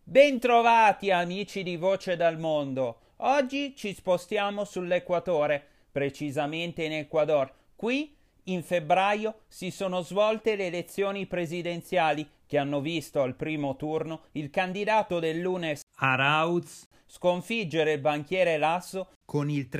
Bentrovati amici di Voce dal Mondo. Oggi ci spostiamo sull'Equatore, precisamente in Ecuador. Qui, in febbraio, si sono svolte le elezioni presidenziali che hanno visto al primo turno il candidato dell'UNES Arauz sconfiggere il banchiere Lasso con il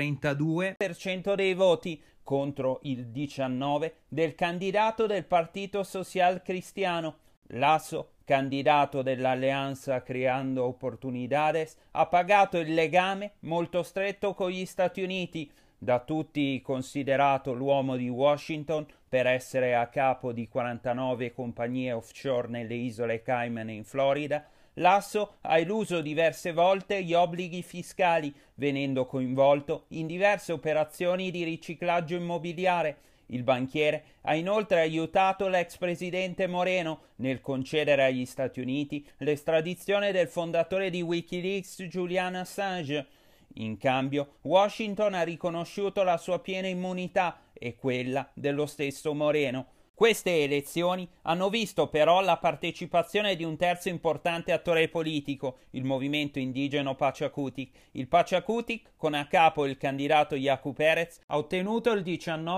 32% dei voti contro il 19% del candidato del Partito Social Cristiano. Lasso, candidato dell'alleanza Creando Oportunidades, ha pagato il legame molto stretto con gli Stati Uniti, da tutti considerato l'uomo di Washington per essere a capo di 49 compagnie offshore nelle isole Cayman in Florida. Lasso ha eluso diverse volte gli obblighi fiscali, venendo coinvolto in diverse operazioni di riciclaggio immobiliare. Il banchiere ha inoltre aiutato l'ex presidente Moreno nel concedere agli Stati Uniti l'estradizione del fondatore di Wikileaks Julian Assange. In cambio, Washington ha riconosciuto la sua piena immunità e quella dello stesso Moreno. Queste elezioni hanno visto però la partecipazione di un terzo importante attore politico, il movimento indigeno Pachakutik. Il Pachakutik, con a capo il candidato Yaku Perez, ha ottenuto il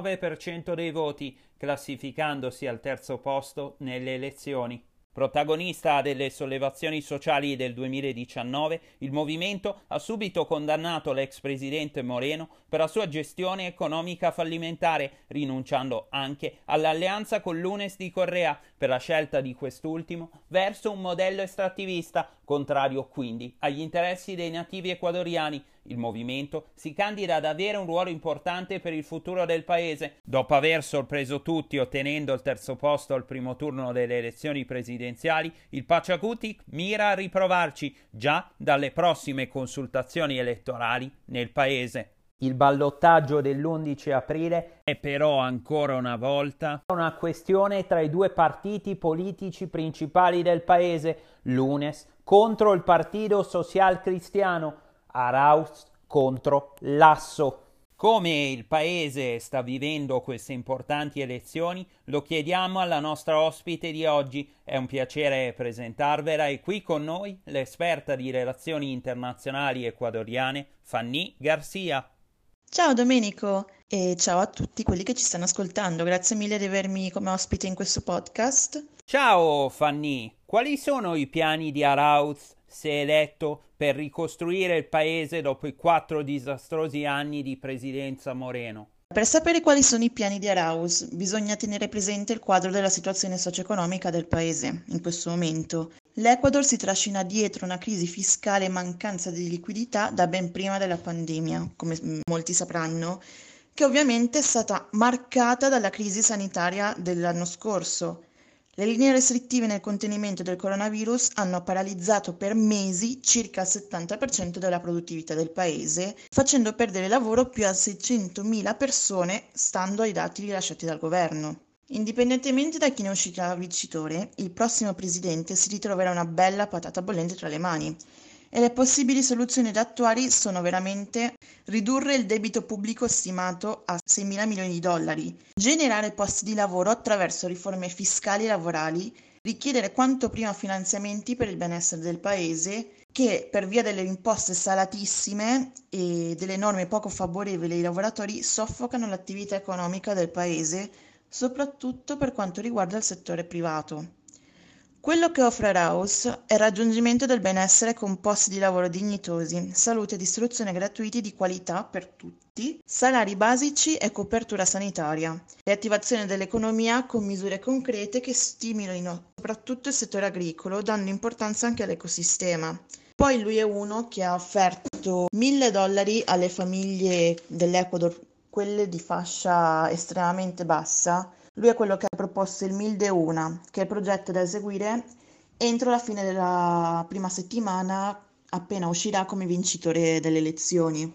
19% dei voti, classificandosi al terzo posto nelle elezioni. Protagonista delle sollevazioni sociali del 2019, il movimento ha subito condannato l'ex presidente Moreno per la sua gestione economica fallimentare, rinunciando anche all'alleanza con l'UNES di Correa per la scelta di quest'ultimo verso un modello estrattivista, contrario quindi agli interessi dei nativi ecuadoriani. Il movimento si candida ad avere un ruolo importante per il futuro del paese. Dopo aver sorpreso tutti ottenendo il terzo posto al primo turno delle elezioni presidenziali, il Pachakutik mira a riprovarci già dalle prossime consultazioni elettorali nel paese. Il ballottaggio dell'11 aprile è però ancora una volta una questione tra i due partiti politici principali del paese, l'UNES contro il Partito Social Cristiano, Arauz contro Lasso. Come il paese sta vivendo queste importanti elezioni lo chiediamo alla nostra ospite di oggi. È un piacere presentarvela e qui con noi l'esperta di relazioni internazionali ecuadoriane Fanny Garcia. Ciao Domenico e ciao a tutti quelli che ci stanno ascoltando. Grazie mille di avermi come ospite in questo podcast. Ciao Fanny, quali sono i piani di Arauz, se eletto, per ricostruire il paese dopo i 4 disastrosi anni di presidenza Moreno? Per sapere quali sono i piani di Arauz, bisogna tenere presente il quadro della situazione socio-economica del paese in questo momento. L'Ecuador si trascina dietro una crisi fiscale e mancanza di liquidità da ben prima della pandemia, come molti sapranno, che ovviamente è stata marcata dalla crisi sanitaria dell'anno scorso. Le linee restrittive nel contenimento del coronavirus hanno paralizzato per mesi circa il 70% della produttività del paese, facendo perdere lavoro più a 600.000 persone, stando ai dati rilasciati dal governo. Indipendentemente da chi ne uscirà vincitore, il prossimo presidente si ritroverà una bella patata bollente tra le mani. E le possibili soluzioni da attuare sono veramente ridurre il debito pubblico stimato a 6.000 milioni di dollari, generare posti di lavoro attraverso riforme fiscali e lavorali, richiedere quanto prima finanziamenti per il benessere del paese, che per via delle imposte salatissime e delle norme poco favorevoli ai lavoratori soffocano l'attività economica del paese, soprattutto per quanto riguarda il settore privato. Quello che offre Arauz è il raggiungimento del benessere con posti di lavoro dignitosi, salute ed istruzione gratuiti di qualità per tutti, salari basici e copertura sanitaria, riattivazione dell'economia con misure concrete che stimolino soprattutto il settore agricolo, dando importanza anche all'ecosistema. Poi lui è uno che ha offerto $1.000 alle famiglie dell'Ecuador, quelle di fascia estremamente bassa. Lui è quello che ha proposto il Mil de Una, che è il progetto da eseguire entro la fine della prima settimana, appena uscirà come vincitore delle elezioni.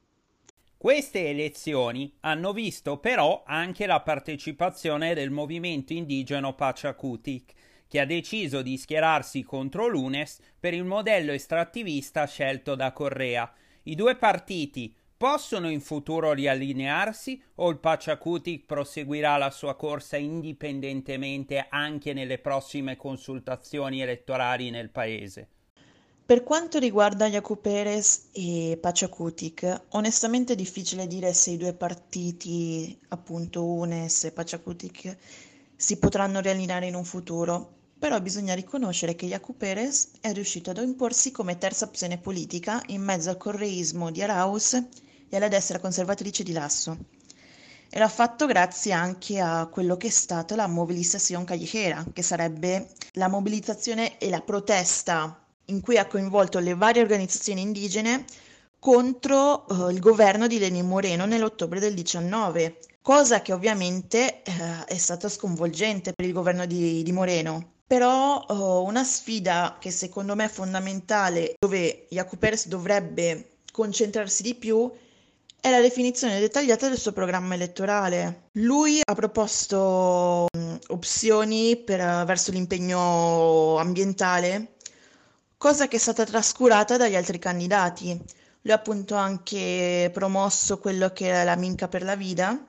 Queste elezioni hanno visto però anche la partecipazione del movimento indigeno Pachakutik, che ha deciso di schierarsi contro l'UNES per il modello estrattivista scelto da Correa. I due partiti possono in futuro riallinearsi o il Pachakutik proseguirà la sua corsa indipendentemente anche nelle prossime consultazioni elettorali nel paese? Per quanto riguarda Jaco Perez e Pachakutik, onestamente è difficile dire se i due partiti, appunto UNES e Pachakutik, si potranno riallineare in un futuro, però bisogna riconoscere che Jaco Perez è riuscito ad imporsi come terza opzione politica in mezzo al correismo di Arauz e alla destra conservatrice di Lasso. E l'ha fatto grazie anche a quello che è stata la movilizzazione callejera, che sarebbe la mobilizzazione e la protesta in cui ha coinvolto le varie organizzazioni indigene contro il governo di Lenín Moreno nell'ottobre del 19, cosa che ovviamente è stata sconvolgente per il governo di Moreno. Però una sfida che secondo me è fondamentale, dove Jaco Pérez dovrebbe concentrarsi di più, è la definizione dettagliata del suo programma elettorale. Lui ha proposto opzioni verso l'impegno ambientale, cosa che è stata trascurata dagli altri candidati. Lui ha appunto anche promosso quello che era la Minca per la Vida,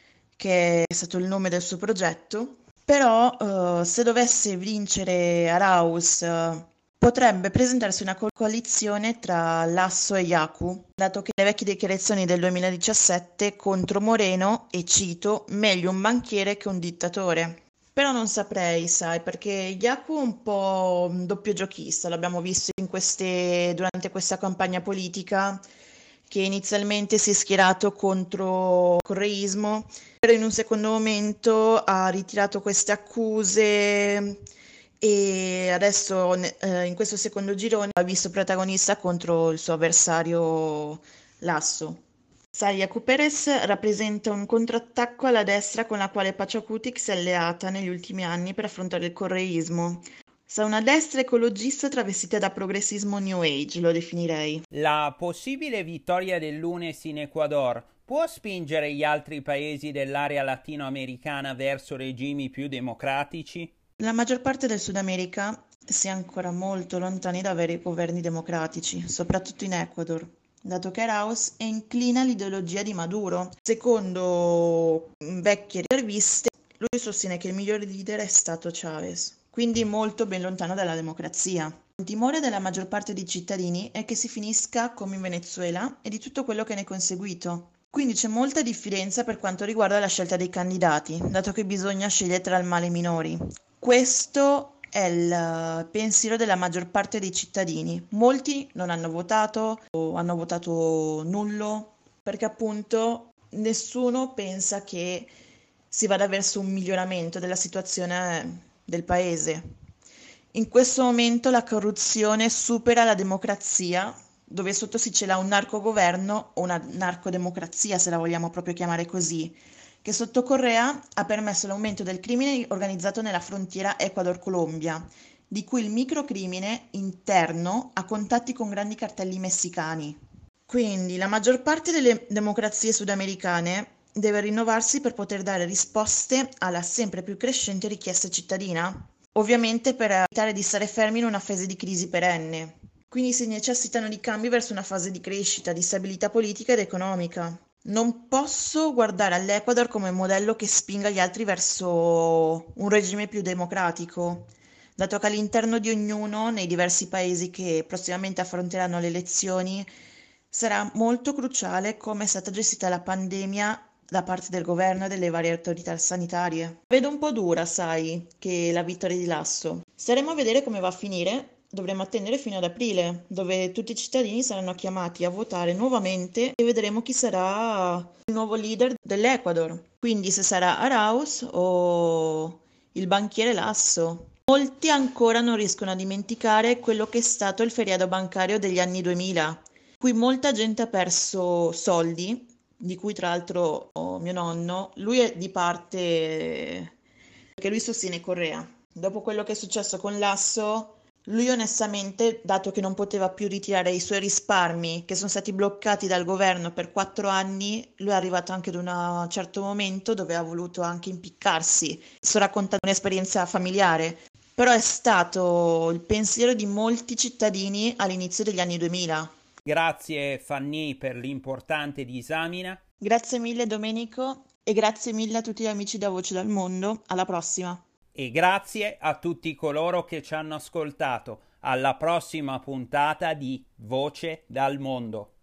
che è stato il nome del suo progetto, però se dovesse vincere Arauz potrebbe presentarsi una coalizione tra Lasso e Yaku, dato che le vecchie dichiarazioni del 2017 contro Moreno, e cito, meglio un banchiere che un dittatore. Però non saprei, sai, perché Yaku è un po' un doppio giochista, l'abbiamo visto durante questa campagna politica, che inizialmente si è schierato contro il correismo, però in un secondo momento ha ritirato queste accuse e adesso in questo secondo girone ha visto protagonista contro il suo avversario Lasso. Sai, Jaco Pérez rappresenta un contrattacco alla destra con la quale Pachakutik si è alleata negli ultimi anni per affrontare il correismo. Sa, una destra ecologista travestita da progressismo New Age, lo definirei. La possibile vittoria dell'UNES in Ecuador può spingere gli altri paesi dell'area latinoamericana verso regimi più democratici? La maggior parte del Sud America si è ancora molto lontani da avere governi democratici, soprattutto in Ecuador, dato che Arauz è inclina all'ideologia di Maduro. Secondo vecchie interviste, lui sostiene che il migliore leader è stato Chavez, quindi molto ben lontano dalla democrazia. Il timore della maggior parte dei cittadini è che si finisca come in Venezuela e di tutto quello che ne è conseguito. Quindi c'è molta diffidenza per quanto riguarda la scelta dei candidati, dato che bisogna scegliere tra il male minori. Questo è il pensiero della maggior parte dei cittadini. Molti non hanno votato o hanno votato nullo, perché appunto nessuno pensa che si vada verso un miglioramento della situazione del paese. In questo momento la corruzione supera la democrazia, dove sotto si cela un narcogoverno o una narcodemocrazia, se la vogliamo proprio chiamare così, che sotto Correa ha permesso l'aumento del crimine organizzato nella frontiera Ecuador-Colombia, di cui il microcrimine interno ha contatti con grandi cartelli messicani. Quindi la maggior parte delle democrazie sudamericane deve rinnovarsi per poter dare risposte alla sempre più crescente richiesta cittadina, ovviamente per evitare di stare fermi in una fase di crisi perenne. Quindi si necessitano di cambi verso una fase di crescita, di stabilità politica ed economica. Non posso guardare all'Ecuador come modello che spinga gli altri verso un regime più democratico, dato che all'interno di ognuno, nei diversi paesi che prossimamente affronteranno le elezioni, sarà molto cruciale come è stata gestita la pandemia da parte del governo e delle varie autorità sanitarie. Vedo un po' dura, sai, che la vittoria di Lasso. Staremo a vedere come va a finire. Dovremo attendere fino ad aprile, dove tutti i cittadini saranno chiamati a votare nuovamente e vedremo chi sarà il nuovo leader dell'Ecuador. Quindi se sarà Arauz o il banchiere Lasso. Molti ancora non riescono a dimenticare quello che è stato il feriado bancario degli anni 2000, cui molta gente ha perso soldi, di cui tra l'altro mio nonno, lui è di parte perché lui sostiene Correa. Dopo quello che è successo con Lasso, lui onestamente, dato che non poteva più ritirare i suoi risparmi che sono stati bloccati dal governo per 4 anni, lui è arrivato anche ad un certo momento dove ha voluto anche impiccarsi. Sto raccontando un'esperienza familiare, però è stato il pensiero di molti cittadini all'inizio degli anni 2000. Grazie Fanny per l'importante disamina. Grazie mille Domenico e grazie mille a tutti gli amici da Voce dal Mondo. Alla prossima. E grazie a tutti coloro che ci hanno ascoltato. alla prossima puntata di Voce dal Mondo.